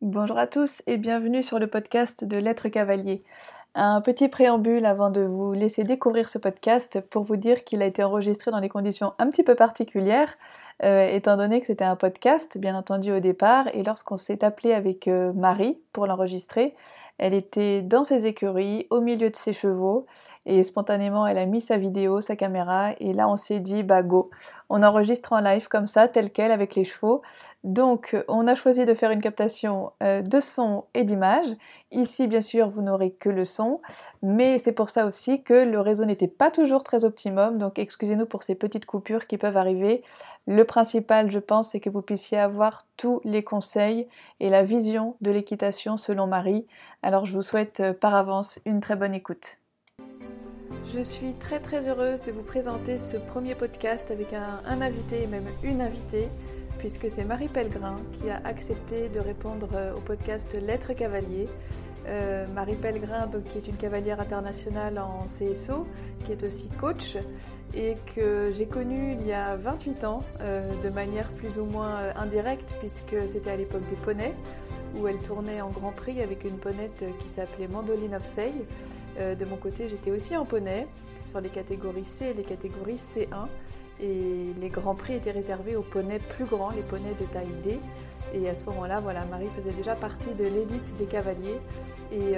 Bonjour à tous et bienvenue sur le podcast de L'être cavalier. Un petit préambule avant de vous laisser découvrir ce podcast pour vous dire qu'il a été enregistré dans des conditions un petit peu particulières, étant donné que c'était un podcast, bien entendu au départ, et lorsqu'on s'est appelé avec Marie pour l'enregistrer, elle était dans ses écuries, au milieu de ses chevaux, et spontanément elle a mis sa vidéo, sa caméra, et là on s'est dit bah go, on enregistre en live comme ça, tel quel, avec les chevaux. Donc on a choisi de faire une captation de son et d'image. Ici bien sûr vous n'aurez que le son, mais c'est pour ça aussi que le réseau n'était pas toujours très optimum, donc excusez-nous pour ces petites coupures qui peuvent arriver. Le principal je pense c'est que vous puissiez avoir tous les conseils et la vision de l'équitation selon Marie. Alors je vous souhaite par avance une très bonne écoute. Je suis très heureuse de vous présenter ce premier podcast avec un invité et même une invitée, puisque c'est Marie Pellegrin qui a accepté de répondre au podcast L'être cavalier. Marie Pellegrin, donc, qui est une cavalière internationale en CSO, qui est aussi coach, et que j'ai connue il y a 28 ans, de manière plus ou moins indirecte, puisque c'était à l'époque des poneys, où elle tournait en Grand Prix avec une ponette qui s'appelait Mandoline of Say. De mon côté, j'étais aussi en poney, sur les catégories C et les catégories C1. Et les grands prix étaient réservés aux poneys plus grands, les poneys de taille D. Et à ce moment-là, voilà, Marie faisait déjà partie de l'élite des cavaliers. Et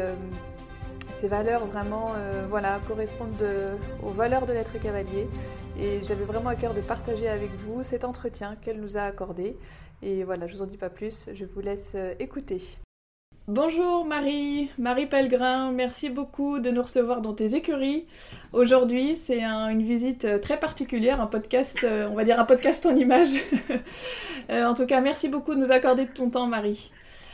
ces valeurs vraiment correspondent aux valeurs de l'être cavalier. Et j'avais vraiment à cœur de partager avec vous cet entretien qu'elle nous a accordé. Et voilà, je vous en dis pas plus, je vous laisse écouter. Bonjour Marie Pellegrin, merci beaucoup de nous recevoir dans tes écuries. Aujourd'hui, c'est une visite très particulière, un podcast, on va dire un podcast en images. En tout cas, merci beaucoup de nous accorder de ton temps, Marie.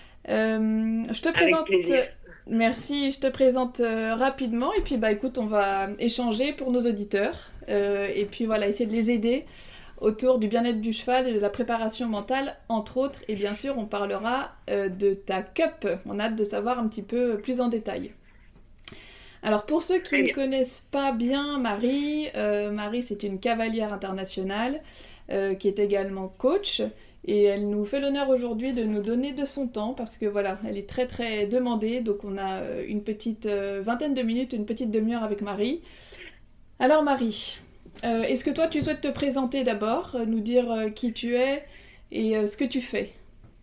Je te présente. Avec plaisir. Merci, je te présente rapidement et puis écoute, on va échanger pour nos auditeurs et puis voilà, essayer de les aider autour du bien-être du cheval et de la préparation mentale, entre autres. Et bien sûr, on parlera de ta cup. On a hâte de savoir un petit peu plus en détail. Alors, pour ceux qui ne connaissent pas bien Marie, Marie, c'est une cavalière internationale qui est également coach. Et elle nous fait l'honneur aujourd'hui de nous donner de son temps parce que voilà, elle est très demandée. Donc, on a une petite vingtaine de minutes, une petite demi-heure avec Marie. Alors, Marie... est-ce que toi, tu souhaites te présenter d'abord, nous dire qui tu es et ce que tu fais?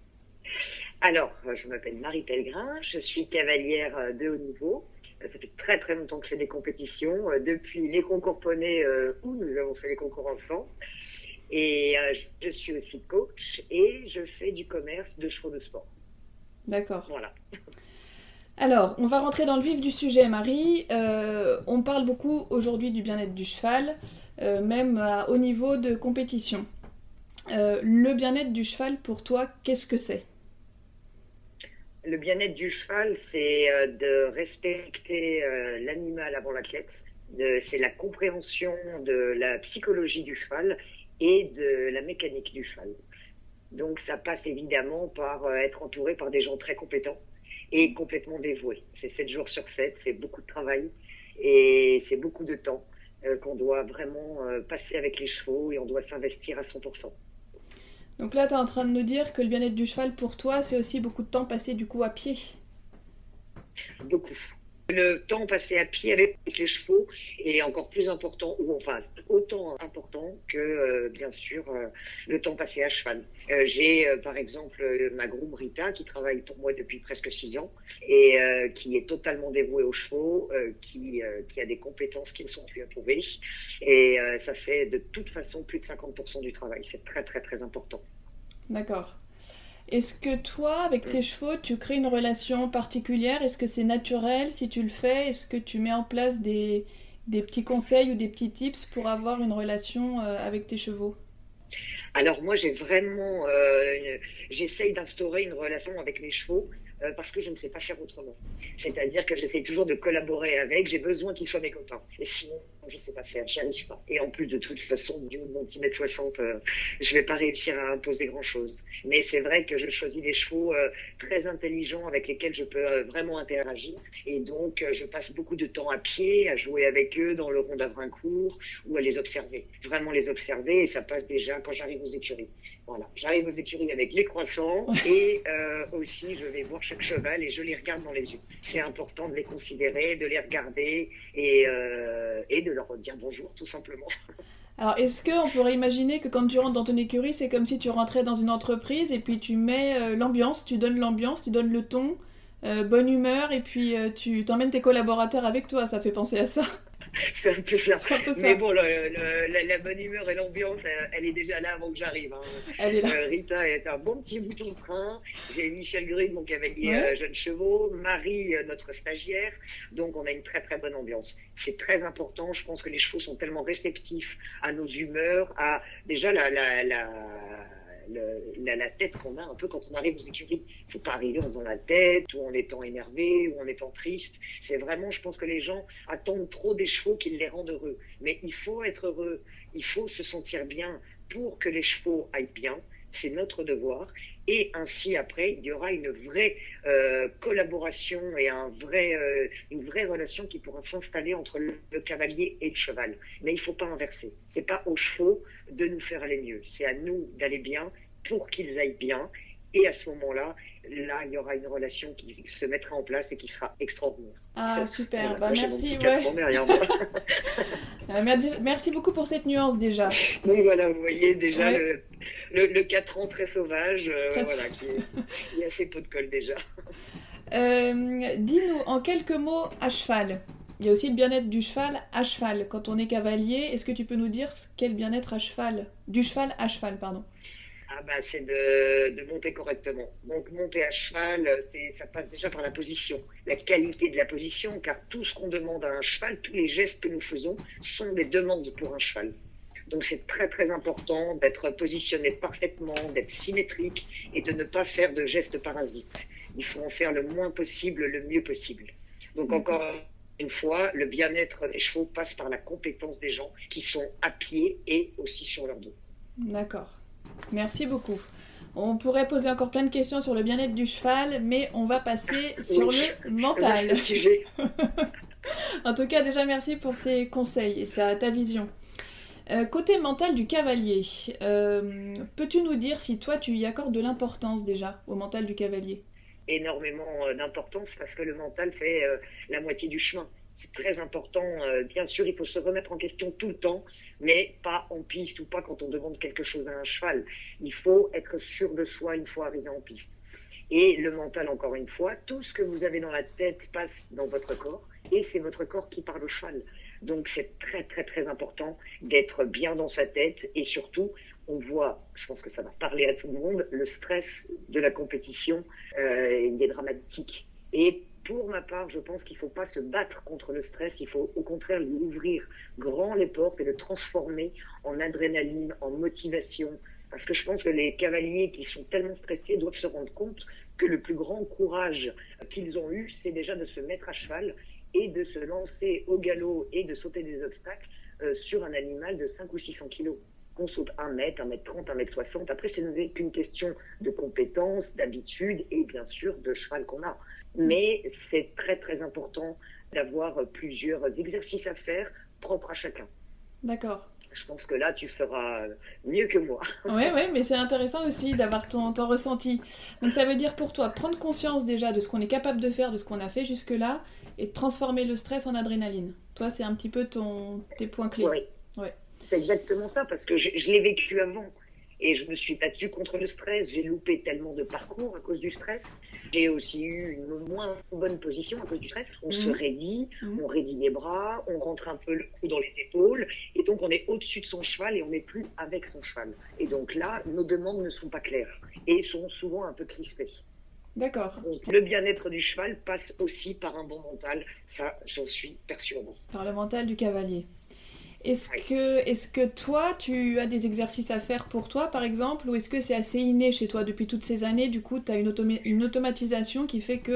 Alors, je m'appelle Marie Pellegrin, je suis cavalière de haut niveau. Ça fait très longtemps que je fais des compétitions, depuis les concours poney où nous avons fait les concours ensemble. Et je suis aussi coach et je fais du commerce de chevaux de sport. D'accord. Voilà. Alors, on va rentrer dans le vif du sujet, Marie. On parle beaucoup aujourd'hui du bien-être du cheval, même à haut niveau de compétition. Le bien-être du cheval, pour toi, qu'est-ce que c'est? Le bien-être du cheval, c'est de respecter l'animal avant l'athlète. C'est la compréhension de la psychologie du cheval et de la mécanique du cheval. Donc, ça passe évidemment par être entouré par des gens très compétents et complètement dévoué. C'est 7 jours sur 7, c'est beaucoup de travail et c'est beaucoup de temps qu'on doit vraiment passer avec les chevaux et on doit s'investir à 100%. Donc là, tu es en train de nous dire que le bien-être du cheval pour toi, c'est aussi beaucoup de temps passé du coup à pied. Beaucoup. Le temps passé à pied avec les chevaux est encore plus important, ou enfin autant important que bien sûr le temps passé à cheval. J'ai par exemple ma groom Rita qui travaille pour moi depuis presque 6 ans et qui est totalement dévouée aux chevaux, qui a des compétences qui ne sont plus approuvées et ça fait de toute façon plus de 50% du travail. C'est très important. D'accord. Est-ce que toi, avec tes chevaux, tu crées une relation particulière? Est-ce que c'est naturel si tu le fais? Est-ce que tu mets en place des petits conseils ou des petits tips pour avoir une relation avec tes chevaux? Alors moi, j'essaye d'instaurer une relation avec mes chevaux parce que je ne sais pas faire autrement. C'est-à-dire que j'essaie toujours de collaborer avec, j'ai besoin qu'ils soient mes copains. Et sinon, je sais pas faire, j'y arrive pas. Et en plus, de toute façon, du haut de mon petit mètre 60, je vais pas réussir à imposer grand-chose. Mais c'est vrai que je choisis des chevaux très intelligents avec lesquels je peux vraiment interagir. Et donc, je passe beaucoup de temps à pied, à jouer avec eux dans le rond d'Avrincourt ou à les observer. Vraiment les observer, et ça passe déjà quand j'arrive aux écuries. Voilà, j'arrive aux écuries avec les croissants et aussi je vais voir chaque cheval et je les regarde dans les yeux. C'est important de les considérer, de les regarder et de leur dire bonjour tout simplement. Alors, est-ce qu'on pourrait imaginer que quand tu rentres dans ton écurie, c'est comme si tu rentrais dans une entreprise et puis tu mets l'ambiance, tu donnes le ton, bonne humeur, et puis tu t'emmènes tes collaborateurs avec toi, ça fait penser à ça. C'est un peu ça. C'est un peu ça. Mais bon, la bonne humeur et l'ambiance, elle est déjà là avant que j'arrive. Hein. Elle est là. Rita est un bon petit bouton de train. J'ai Michel Grune, mon cavalier Ouais. jeune chevaux. Marie, notre stagiaire. Donc, on a une très, très bonne ambiance. C'est très important. Je pense que les chevaux sont tellement réceptifs à nos humeurs, à déjà la tête qu'on a un peu quand on arrive aux écuries. Il ne faut pas arriver en faisant la tête, ou en étant énervé, ou en étant triste. C'est vraiment, je pense que les gens attendent trop des chevaux qu'ils les rendent heureux. Mais il faut être heureux, il faut se sentir bien pour que les chevaux aillent bien. C'est notre devoir. Et ainsi, après, il y aura une vraie collaboration et une vraie relation qui pourra s'installer entre le cavalier et le cheval. Mais il ne faut pas inverser. Ce n'est pas aux chevaux de nous faire aller mieux. C'est à nous d'aller bien pour qu'ils aillent bien. Et à ce moment-là, il y aura une relation qui se mettra en place et qui sera extraordinaire. Ah, super. Voilà, moi, Merci. j'ai mon petit Ouais. derrière moi. Merci beaucoup pour cette nuance déjà. Donc voilà, vous voyez déjà Ouais. le 4 ans très sauvage, Très voilà, qui a assez peu de colle déjà. Dis-nous en quelques mots à cheval. Il y a aussi le bien-être du cheval à cheval. Quand on est cavalier, est-ce que tu peux nous dire ce qu'est le bien-être à cheval? Du cheval à cheval, pardon. Ah bah, c'est de monter correctement. Donc monter à cheval, ça passe déjà par la position, la qualité de la position, car tout ce qu'on demande à un cheval, tous les gestes que nous faisons sont des demandes pour un cheval. Donc c'est très très important d'être positionné parfaitement, d'être symétrique et de ne pas faire de gestes parasites. Il faut en faire le moins possible, le mieux possible. Donc encore une fois, le bien-être des chevaux passe par la compétence des gens qui sont à pied et aussi sur leur dos. D'accord. Merci beaucoup. On pourrait poser encore plein de questions sur le bien-être du cheval, mais on va passer sur le mental. C'est le sujet. En tout cas, déjà merci pour ces conseils et ta vision. Côté mental du cavalier, peux-tu nous dire si toi tu y accordes de l'importance déjà au mental du cavalier? Énormément d'importance parce que le mental fait la moitié du chemin. C'est très important. Bien sûr, il faut se remettre en question tout le temps, mais pas en piste ou pas quand on demande quelque chose à un cheval. Il faut être sûr de soi une fois arrivé en piste. Et le mental, encore une fois, tout ce que vous avez dans la tête passe dans votre corps et c'est votre corps qui parle au cheval. Donc c'est très très très important d'être bien dans sa tête et surtout, on voit, je pense que ça va parler à tout le monde, le stress de la compétition, il est dramatique. Et pour ma part, je pense qu'il ne faut pas se battre contre le stress, il faut au contraire lui ouvrir grand les portes et le transformer en adrénaline, en motivation. Parce que je pense que les cavaliers qui sont tellement stressés doivent se rendre compte que le plus grand courage qu'ils ont eu, c'est déjà de se mettre à cheval et de se lancer au galop et de sauter des obstacles sur un animal de 5 ou 600 kilos. Qu'on saute 1 mètre, 1 mètre 30, 1 mètre 60. Après, ce n'est qu'une question de compétence, d'habitude et bien sûr de cheval qu'on a. Mais c'est très très important d'avoir plusieurs exercices à faire propres à chacun. D'accord. Je pense que là, tu seras mieux que moi. Oui, mais c'est intéressant aussi d'avoir ton ressenti. Donc ça veut dire pour toi, prendre conscience déjà de ce qu'on est capable de faire, de ce qu'on a fait jusque-là, et transformer le stress en adrénaline. Toi, c'est un petit peu tes points clés. Oui, Ouais. c'est exactement ça, parce que je l'ai vécu avant. Et je me suis battue contre le stress. J'ai loupé tellement de parcours à cause du stress. J'ai aussi eu une moins bonne position à cause du stress. On se raidit, on raidit les bras, on rentre un peu le cou dans les épaules. Et donc, on est au-dessus de son cheval et on n'est plus avec son cheval. Et donc là, nos demandes ne sont pas claires et sont souvent un peu crispées. D'accord. Donc, le bien-être du cheval passe aussi par un bon mental. Ça, j'en suis persuadée. Par le mental du cavalier. Est-ce que toi, tu as des exercices à faire pour toi, par exemple, ou est-ce que c'est assez inné chez toi depuis toutes ces années? Du coup, tu as une automatisation qui fait que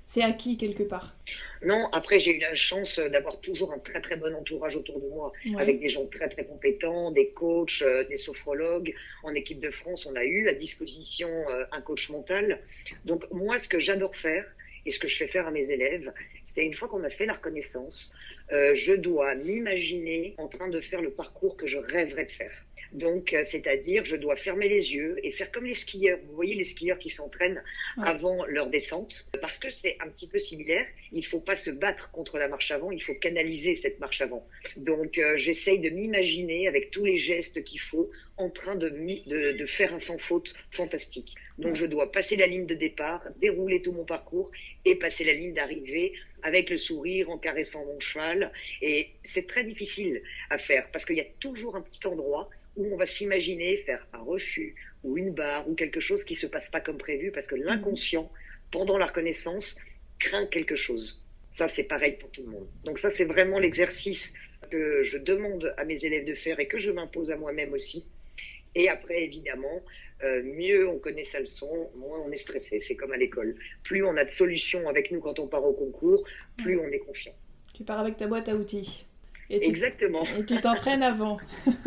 c'est acquis quelque part. Non, après, j'ai eu la chance d'avoir toujours un très très bon entourage autour de moi, avec des gens très très compétents, des coachs, des sophrologues. En équipe de France, on a eu à disposition un coach mental. Donc moi, ce que j'adore faire et ce que je fais faire à mes élèves, c'est une fois qu'on a fait la reconnaissance, je dois m'imaginer en train de faire le parcours que je rêverais de faire. Donc, c'est-à-dire, je dois fermer les yeux et faire comme les skieurs. Vous voyez les skieurs qui s'entraînent avant leur descente, parce que c'est un petit peu similaire. Il ne faut pas se battre contre la marche avant, il faut canaliser cette marche avant. Donc, j'essaye de m'imaginer avec tous les gestes qu'il faut en train de faire un sans faute fantastique. Donc, je dois passer la ligne de départ, dérouler tout mon parcours et passer la ligne d'arrivée avec le sourire, en caressant mon cheval. Et c'est très difficile à faire parce qu'il y a toujours un petit endroit où on va s'imaginer faire un refus ou une barre ou quelque chose qui ne se passe pas comme prévu parce que l'inconscient, pendant la reconnaissance, craint quelque chose. Ça, c'est pareil pour tout le monde. Donc ça, c'est vraiment l'exercice que je demande à mes élèves de faire et que je m'impose à moi-même aussi. Et après, évidemment, mieux on connaît sa leçon, moins on est stressé. C'est comme à l'école. Plus on a de solutions avec nous quand on part au concours, plus on est confiant. Tu pars avec ta boîte à outils. Exactement. Et tu t'entraînes avant.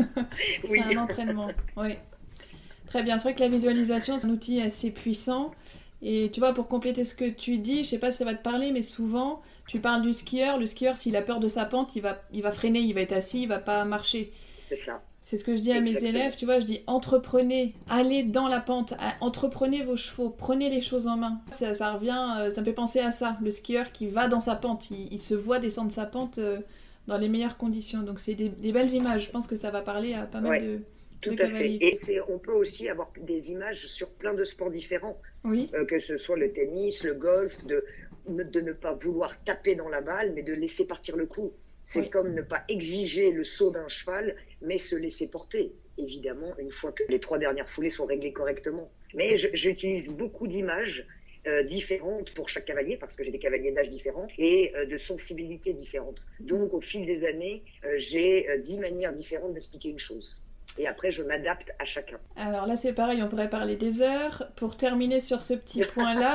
Oui. C'est un entraînement. Oui. Très bien. C'est vrai que la visualisation, c'est un outil assez puissant. Et tu vois, pour compléter ce que tu dis, je ne sais pas si ça va te parler, mais souvent, tu parles du skieur. Le skieur, s'il a peur de sa pente, il va freiner, il va être assis, il ne va pas marcher. C'est ça. C'est ce que je dis à mes élèves, tu vois, je dis entreprenez, allez dans la pente, entreprenez vos chevaux, prenez les choses en main. Ça revient, ça me fait penser à ça, le skieur qui va dans sa pente, il se voit descendre sa pente dans les meilleures conditions. Donc c'est des belles images, je pense que ça va parler à pas mal de tout à fait. Et on peut aussi avoir des images sur plein de sports différents, que ce soit le tennis, le golf, de ne pas vouloir taper dans la balle, mais de laisser partir le coup. C'est comme ne pas exiger le saut d'un cheval, mais se laisser porter, évidemment, une fois que les 3 dernières foulées sont réglées correctement. Mais j'utilise beaucoup d'images différentes pour chaque cavalier, parce que j'ai des cavaliers d'âge différents et de sensibilités différentes. Donc, au fil des années, j'ai 10 manières différentes d'expliquer une chose. Et après, je m'adapte à chacun. Alors là, c'est pareil, on pourrait parler des heures. Pour terminer sur ce petit point-là,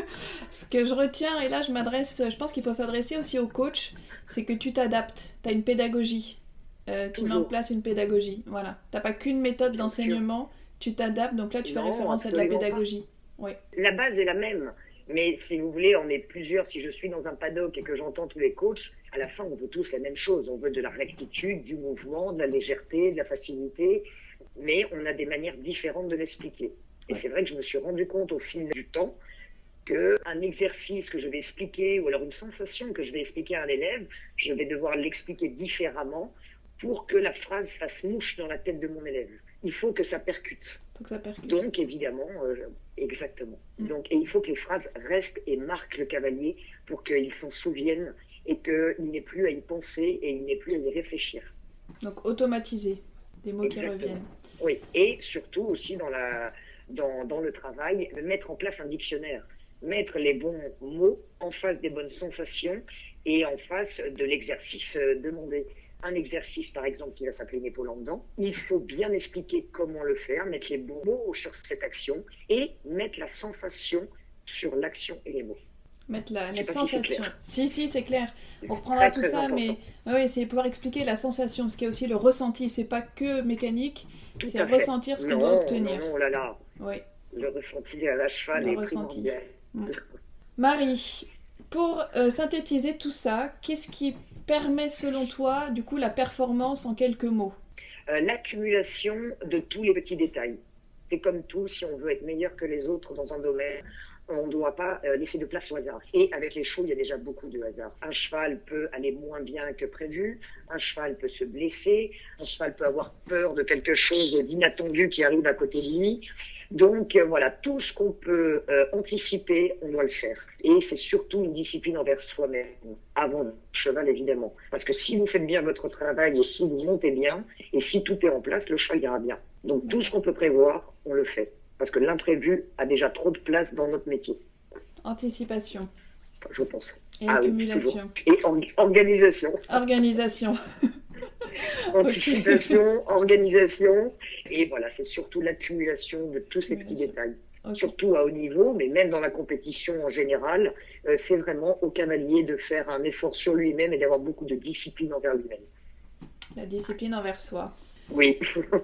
ce que je retiens, et là, je pense qu'il faut s'adresser aussi au coach, c'est que tu t'adaptes. Tu as une pédagogie. Tu mets en place une pédagogie. Voilà. Tu n'as pas qu'une méthode d'enseignement, tu t'adaptes. Donc là, tu fais référence à de la pédagogie. Oui. La base est la même. Mais si vous voulez, on est plusieurs. Si je suis dans un paddock et que j'entends tous les coachs, à la fin, on veut tous la même chose. On veut de la rectitude, du mouvement, de la légèreté, de la facilité. Mais on a des manières différentes de l'expliquer. Et c'est vrai que je me suis rendu compte au fil du temps qu'un exercice que je vais expliquer ou alors une sensation que je vais expliquer à un élève, je vais devoir l'expliquer différemment pour que la phrase fasse mouche dans la tête de mon élève. Il faut que ça percute. Donc, évidemment, exactement. Donc, et il faut que les phrases restent et marquent le cavalier pour qu'il s'en souvienne et qu'il n'ait plus à y penser et il n'ait plus à y réfléchir. Donc, automatiser, des mots qui reviennent. Oui, et surtout aussi dans le travail, mettre en place un dictionnaire. Mettre les bons mots en face des bonnes sensations et en face de l'exercice demandé. Un exercice, par exemple, qui va s'appeler une épaule en dedans, il faut bien expliquer comment le faire, mettre les bons mots sur cette action et mettre la sensation sur l'action et les mots. Mettre la sensation. Si, c'est clair. On reprendra tout ça, important. Mais c'est pouvoir expliquer la sensation, parce qu'il y a aussi le ressenti. C'est pas que mécanique, c'est ressentir ce qu'on doit obtenir. Non, là là. Oui. Le ressenti à la cheval est primordial. Marie, pour synthétiser tout ça, qu'est-ce qui permet selon toi, du coup, la performance en quelques mots? L'accumulation de tous les petits détails. C'est comme tout, si on veut être meilleur que les autres dans un domaine, on ne doit pas laisser de place au hasard. Et avec les chevaux, il y a déjà beaucoup de hasard. Un cheval peut aller moins bien que prévu, un cheval peut se blesser, un cheval peut avoir peur de quelque chose d'inattendu qui arrive à côté de lui. Donc voilà, tout ce qu'on peut anticiper, on doit le faire. Et c'est surtout une discipline envers soi-même, avant le cheval évidemment. Parce que si vous faites bien votre travail et si vous montez bien, et si tout est en place, le cheval ira bien. Donc tout ce qu'on peut prévoir, on le fait. Parce que l'imprévu a déjà trop de place dans notre métier. Anticipation. Je pense. Et accumulation. Et organisation. Organisation. Anticipation, organisation. Et voilà, c'est surtout l'accumulation de tous ces petits détails. Okay. Surtout à haut niveau, mais même dans la compétition en général, c'est vraiment au cavalier de faire un effort sur lui-même et d'avoir beaucoup de discipline envers lui-même. La discipline envers soi. Oui.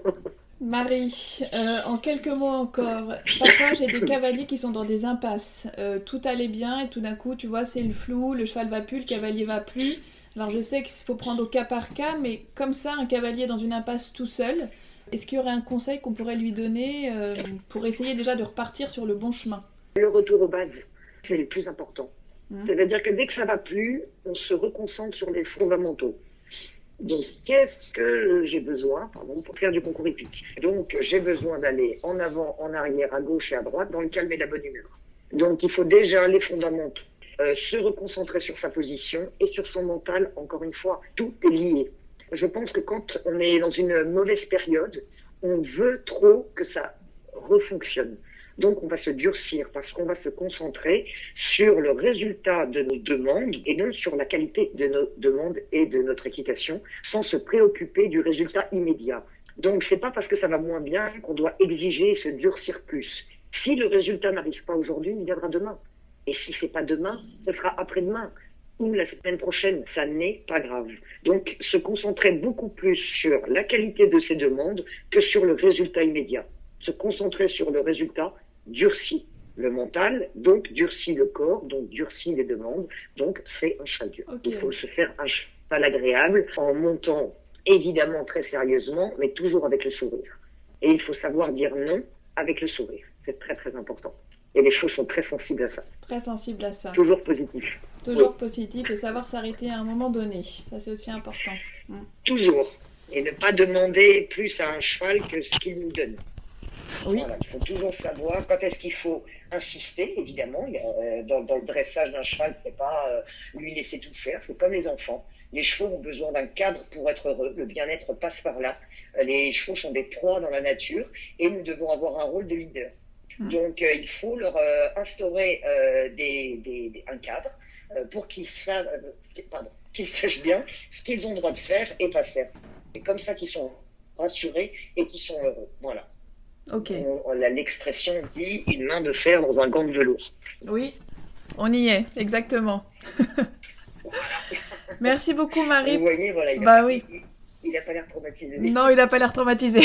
Marie, en quelques mots encore, parfois j'ai des cavaliers qui sont dans des impasses. Tout allait bien et tout d'un coup, tu vois, c'est le flou, le cheval va plus, le cavalier va plus. Alors je sais qu'il faut prendre au cas par cas, mais comme ça, un cavalier dans une impasse tout seul, est-ce qu'il y aurait un conseil qu'on pourrait lui donner pour essayer déjà de repartir sur le bon chemin? Le retour aux bases, c'est le plus important. C'est-à-dire que dès que ça va plus, on se reconcentre sur les fondamentaux. Donc, qu'est-ce que j'ai besoin pour faire du concours hippique? Donc, j'ai besoin d'aller en avant, en arrière, à gauche et à droite, dans le calme et la bonne humeur. Donc, il faut déjà les fondamentaux, se reconcentrer sur sa position et sur son mental. Encore une fois, tout est lié. Je pense que quand on est dans une mauvaise période, on veut trop que ça refonctionne. Donc, on va se durcir parce qu'on va se concentrer sur le résultat de nos demandes et non sur la qualité de nos demandes et de notre équitation, sans se préoccuper du résultat immédiat. Donc, c'est pas parce que ça va moins bien qu'on doit exiger et se durcir plus. Si le résultat n'arrive pas aujourd'hui, il viendra demain. Et si c'est pas demain, ce sera après-demain ou la semaine prochaine. Ça n'est pas grave. Donc, se concentrer beaucoup plus sur la qualité de ses demandes que sur le résultat immédiat. Se concentrer sur le résultat durcit le mental, donc durcit le corps, donc durcit les demandes, donc fait un cheval dur. Okay. Il faut se faire un cheval agréable en montant évidemment très sérieusement, mais toujours avec le sourire. Et il faut savoir dire non avec le sourire. C'est très très important. Et les chevaux sont très sensibles à ça. Très sensibles à ça. Toujours positif. Toujours positif et savoir s'arrêter à un moment donné. Ça c'est aussi important. Toujours. Et ne pas demander plus à un cheval que ce qu'il nous donne. Oui. Voilà, il faut toujours savoir quand est-ce qu'il faut insister, évidemment. Dans le dressage d'un cheval, c'est pas lui laisser tout faire, c'est comme les enfants. Les chevaux ont besoin d'un cadre pour être heureux, le bien-être passe par là. Les chevaux sont des proies dans la nature et nous devons avoir un rôle de leader. Donc il faut leur instaurer un cadre pour qu'ils sachent bien ce qu'ils ont le droit de faire et pas faire. C'est comme ça qu'ils sont rassurés et qu'ils sont heureux. Voilà. Okay. L'expression dit une main de fer dans un gant de velours. Oui, on y est, exactement. Merci beaucoup, Marie. Vous voyez, voilà, il n'a pas l'air traumatisé. Non, il n'a pas l'air traumatisé.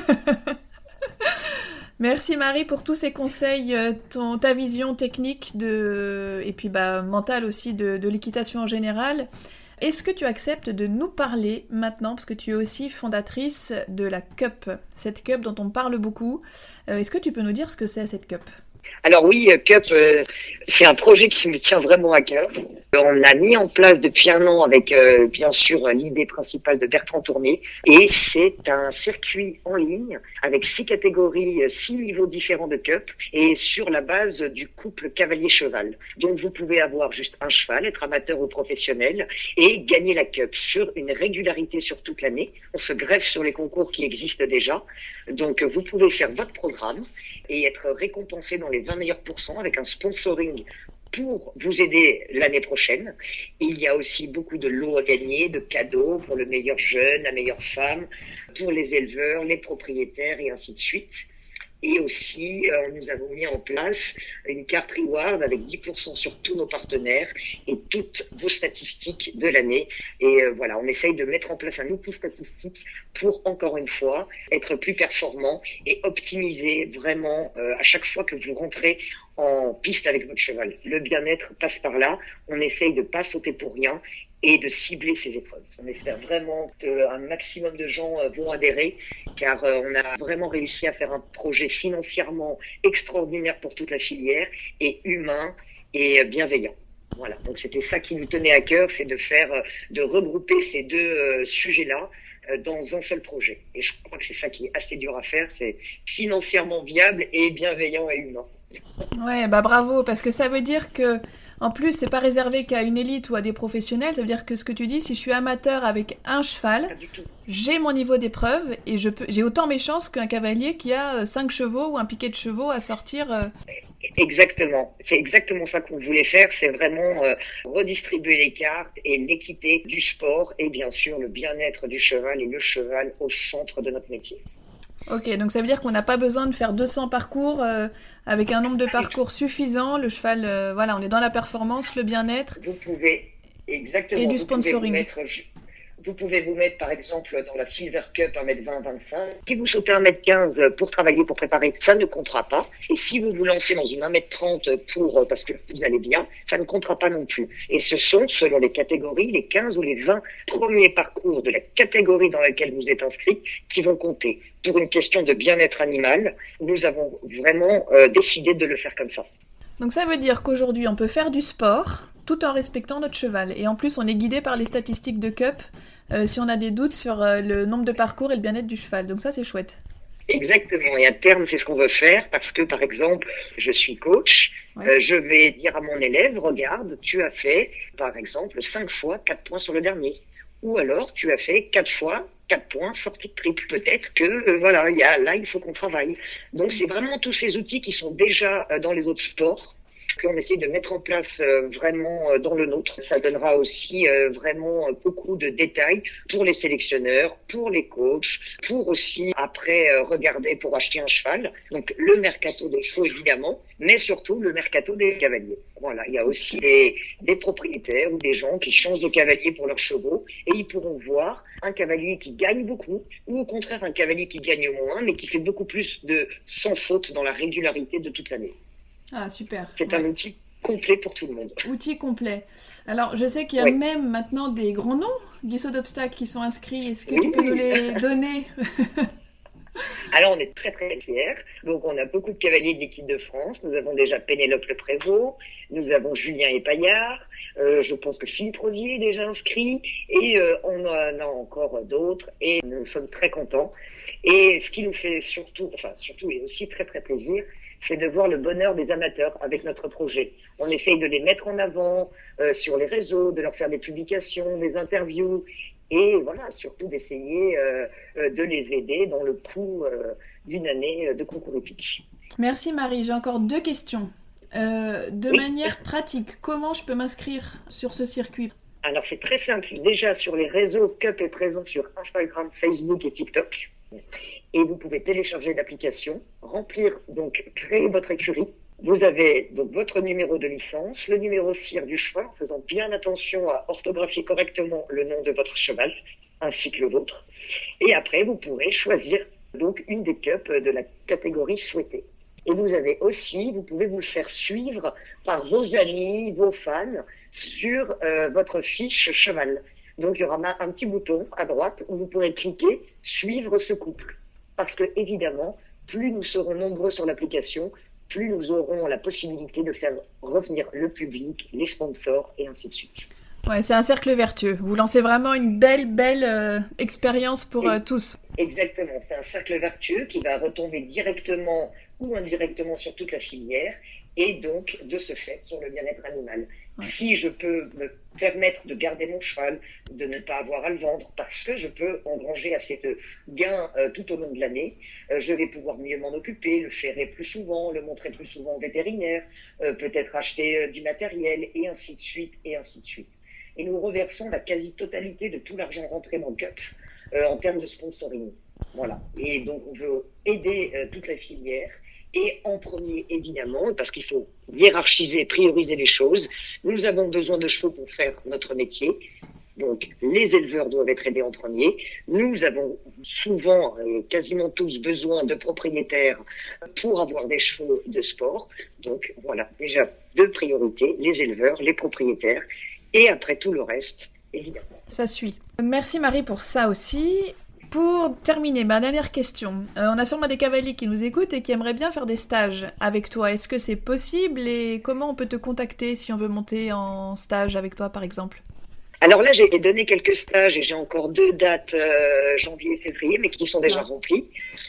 Merci Marie pour tous ces conseils, ta vision technique et puis mentale aussi de l'équitation en général. Est-ce que tu acceptes de nous parler maintenant, parce que tu es aussi fondatrice de la Cup, cette Cup dont on parle beaucoup. Est-ce que tu peux nous dire ce que c'est cette Cup ? Alors oui, Cup, c'est un projet qui me tient vraiment à cœur. On l'a mis en place depuis un an avec, bien sûr, l'idée principale de Bertrand Tourné. Et c'est un circuit en ligne avec 6 catégories, 6 niveaux différents de Cup et sur la base du couple cavalier-cheval. Donc vous pouvez avoir juste un cheval, être amateur ou professionnel et gagner la Cup sur une régularité sur toute l'année. On se greffe sur les concours qui existent déjà. Donc vous pouvez faire votre programme et être récompensé dans les 20 meilleurs pourcents avec un sponsoring pour vous aider l'année prochaine. Il y a aussi beaucoup de lots à gagner, de cadeaux pour le meilleur jeune, la meilleure femme, pour les éleveurs, les propriétaires et ainsi de suite. Et aussi, nous avons mis en place une carte reward avec 10% sur tous nos partenaires et toutes vos statistiques de l'année. Et voilà, on essaye de mettre en place un outil statistique pour, encore une fois, être plus performant et optimiser vraiment à chaque fois que vous rentrez en piste avec votre cheval. Le bien-être passe par là. On essaye de pas sauter pour rien et de cibler ces épreuves. On espère vraiment qu'un maximum de gens vont adhérer, car on a vraiment réussi à faire un projet financièrement extraordinaire pour toute la filière et humain et bienveillant. Voilà, donc c'était ça qui nous tenait à cœur, c'est de regrouper ces deux sujets-là dans un seul projet. Et je crois que c'est ça qui est assez dur à faire, c'est financièrement viable et bienveillant et humain. Ouais, bravo, parce que ça veut dire que en plus, c'est pas réservé qu'à une élite ou à des professionnels. Ça veut dire que ce que tu dis, si je suis amateur avec un cheval, j'ai mon niveau d'épreuve et j'ai autant mes chances qu'un cavalier qui a 5 chevaux ou un piquet de chevaux à sortir. Exactement. C'est exactement ça qu'on voulait faire. C'est vraiment redistribuer les cartes et l'équité du sport et bien sûr le bien-être du cheval et le cheval au centre de notre métier. Ok, donc ça veut dire qu'on n'a pas besoin de faire 200 parcours avec un nombre de parcours suffisant. Le cheval, voilà, on est dans la performance, le bien-être Vous pouvez, et exactement, du sponsoring. vous pouvez vous mettre, par exemple, dans la Silver Cup 1m20-25. Si vous sautez 1m15 pour travailler, pour préparer, ça ne comptera pas. Et si vous vous lancez dans une 1m30 parce que vous allez bien, ça ne comptera pas non plus. Et ce sont, selon les catégories, les 15 ou les 20 premiers parcours de la catégorie dans laquelle vous êtes inscrit qui vont compter. Pour une question de bien-être animal, nous avons vraiment décidé de le faire comme ça. Donc ça veut dire qu'aujourd'hui, on peut faire du sport tout en respectant notre cheval. Et en plus, on est guidé par les statistiques de Cup si on a des doutes sur le nombre de parcours et le bien-être du cheval. Donc ça, c'est chouette. Exactement. Et à terme, c'est ce qu'on veut faire parce que, par exemple, je suis coach. Ouais. Je vais dire à mon élève, regarde, tu as fait, par exemple, 5 fois 4 points sur le dernier. Ou alors, tu as fait 4 fois 4 points sortis de triple. Peut-être que, voilà, là, il faut qu'on travaille. Donc, c'est vraiment tous ces outils qui sont déjà dans les autres sports qu'on essaie de mettre en place vraiment dans le nôtre. Ça donnera aussi vraiment beaucoup de détails pour les sélectionneurs, pour les coachs, pour aussi après regarder pour acheter un cheval. Donc le mercato des chevaux évidemment, mais surtout le mercato des cavaliers. Voilà, il y a aussi des propriétaires ou des gens qui changent de cavalier pour leurs chevaux et ils pourront voir un cavalier qui gagne beaucoup ou au contraire un cavalier qui gagne moins mais qui fait beaucoup plus de sans faute dans la régularité de toute l'année. Ah, super. C'est un outil complet pour tout le monde. Outil complet. Alors, je sais qu'il y a même maintenant des grands noms glissaux d'obstacles qui sont inscrits. Est-ce que tu peux nous les donner? Alors, on est très, très fiers. Donc, on a beaucoup de cavaliers de l'équipe de France. Nous avons déjà Pénélope Le Prévost. Nous avons Julien Epaillard. Je pense que Philippe Rosier est déjà inscrit. Et on en a encore d'autres. Et nous sommes très contents. Et ce qui nous fait surtout et aussi très, très plaisir, c'est de voir le bonheur des amateurs avec notre projet. On essaye de les mettre en avant sur les réseaux, de leur faire des publications, des interviews et voilà, surtout d'essayer de les aider dans le coût d'une année de concours épique. Merci Marie, j'ai encore 2 questions. De manière pratique, comment je peux m'inscrire sur ce circuit? Alors c'est très simple, déjà sur les réseaux, Cup est présent sur Instagram, Facebook et TikTok. Et vous pouvez télécharger l'application, créer votre écurie. Vous avez donc votre numéro de licence, le numéro CIR du cheval, en faisant bien attention à orthographier correctement le nom de votre cheval, ainsi que le vôtre. Et après, vous pourrez choisir donc une des cups de la catégorie souhaitée. Et vous pouvez vous faire suivre par vos amis, vos fans, sur votre fiche cheval. Donc, il y aura un petit bouton à droite où vous pourrez cliquer « Suivre ce couple ». Parce que, évidemment, plus nous serons nombreux sur l'application, plus nous aurons la possibilité de faire revenir le public, les sponsors et ainsi de suite. Ouais, c'est un cercle vertueux. Vous lancez vraiment une belle expérience pour tous. Exactement, c'est un cercle vertueux qui va retomber directement ou indirectement sur toute la filière et donc, de ce fait, sur le bien-être animal. Ouais. Si je peux me permettre de garder mon cheval, de ne pas avoir à le vendre, parce que je peux engranger assez de gains tout au long de l'année, je vais pouvoir mieux m'en occuper, le ferrer plus souvent, le montrer plus souvent au vétérinaire, peut-être acheter du matériel, et ainsi de suite, et ainsi de suite. Et nous reversons la quasi-totalité de tout l'argent rentré dans le Cup en termes de sponsoring. Voilà. Et donc, on veut aider toute la filière. Et en premier, évidemment, parce qu'il faut hiérarchiser, prioriser les choses, nous avons besoin de chevaux pour faire notre métier. Donc, les éleveurs doivent être aidés en premier. Nous avons souvent, quasiment tous, besoin de propriétaires pour avoir des chevaux de sport. Donc, voilà, déjà 2 priorités, les éleveurs, les propriétaires, et après tout le reste, évidemment. Ça suit. Merci Marie pour ça aussi. Pour terminer, ma dernière question. On a sûrement des cavaliers qui nous écoutent et qui aimeraient bien faire des stages avec toi. Est-ce que c'est possible et comment on peut te contacter si on veut monter en stage avec toi, par exemple? Alors là, j'ai donné quelques stages et j'ai encore 2 dates, janvier et février, mais qui sont déjà remplies.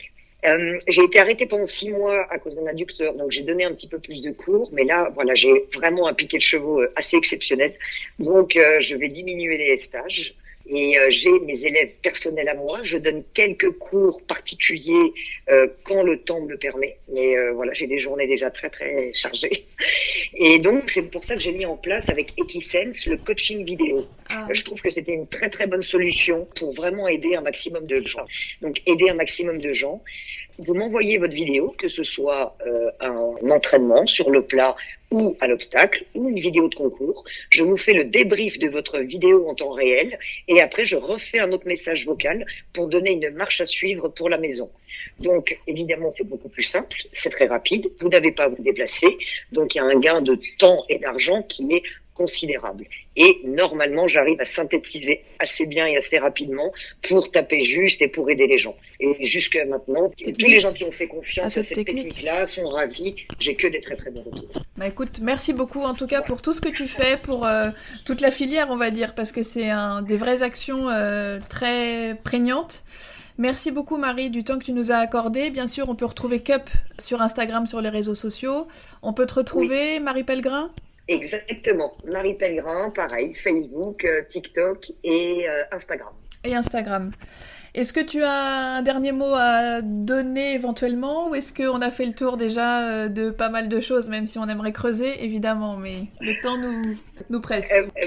J'ai été arrêtée pendant 6 mois à cause d'un adducteur, donc j'ai donné un petit peu plus de cours, mais là, voilà, j'ai vraiment un piqué de chevaux assez exceptionnel. Donc, je vais diminuer les stages. Et j'ai mes élèves personnels à moi. Je donne quelques cours particuliers quand le temps me le permet. Mais voilà, j'ai des journées déjà très très chargées. Et donc, c'est pour ça que j'ai mis en place avec Equisense le coaching vidéo. Je trouve que c'était une très très bonne solution pour vraiment aider un maximum de gens. Donc, aider un maximum de gens. Vous m'envoyez votre vidéo, que ce soit un entraînement sur le plat ou à l'obstacle, ou une vidéo de concours. Je vous fais le débrief de votre vidéo en temps réel, et après je refais un autre message vocal pour donner une marche à suivre pour la maison. Donc évidemment c'est beaucoup plus simple, c'est très rapide, vous n'avez pas à vous déplacer, donc il y a un gain de temps et d'argent qui est considérable. Et normalement, j'arrive à synthétiser assez bien et assez rapidement pour taper juste et pour aider les gens. Et jusqu'à maintenant, tous les gens qui ont fait confiance à cette technique-là sont ravis. J'ai que des très très bons retours. Bah écoute, merci beaucoup en tout cas pour tout ce que tu fais, pour toute la filière on va dire, parce que c'est des vraies actions très prégnantes. Merci beaucoup Marie du temps que tu nous as accordé. Bien sûr, on peut retrouver Cup sur Instagram, sur les réseaux sociaux. On peut te retrouver, Marie Pellegrin ? Exactement. Marie Pellegrin, pareil, Facebook, TikTok et Instagram. Et Instagram. Est-ce que tu as un dernier mot à donner éventuellement, ou est-ce qu'on a fait le tour déjà de pas mal de choses, même si on aimerait creuser, évidemment, mais le temps nous presse.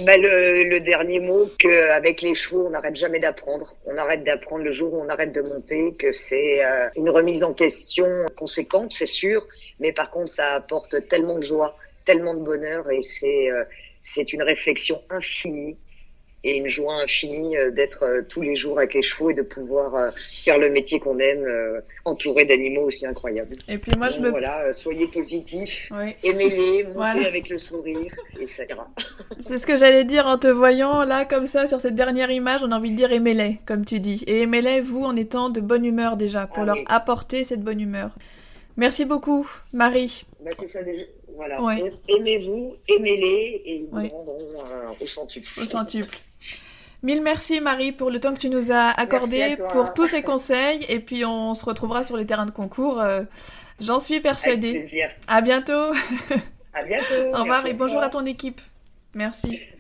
Le dernier mot, qu'avec les chevaux, on n'arrête jamais d'apprendre. On arrête d'apprendre le jour où on arrête de monter, que c'est une remise en question conséquente, c'est sûr, mais par contre, ça apporte tellement de joie, tellement de bonheur, et c'est une réflexion infinie et une joie infinie d'être tous les jours avec les chevaux et de pouvoir faire le métier qu'on aime, entouré d'animaux aussi incroyables. Et puis moi, voilà, soyez positifs, aimez-les, montez avec le sourire, et ça ira. C'est ce que j'allais dire en te voyant là, comme ça, sur cette dernière image, on a envie de dire aimez-les, comme tu dis. Et aimez-les, vous, en étant de bonne humeur déjà, pour leur apporter cette bonne humeur. Merci beaucoup, Marie. C'est ça déjà. Voilà. Aimez-vous, aimez-les, et ils vous rendront au centuple. Au centuple. Mille merci Marie pour le temps que tu nous as accordé, pour tous ces conseils, et puis on se retrouvera sur les terrains de concours, j'en suis persuadée. Avec plaisir. À bientôt. À bientôt. Au revoir et bonjour à ton équipe. Merci.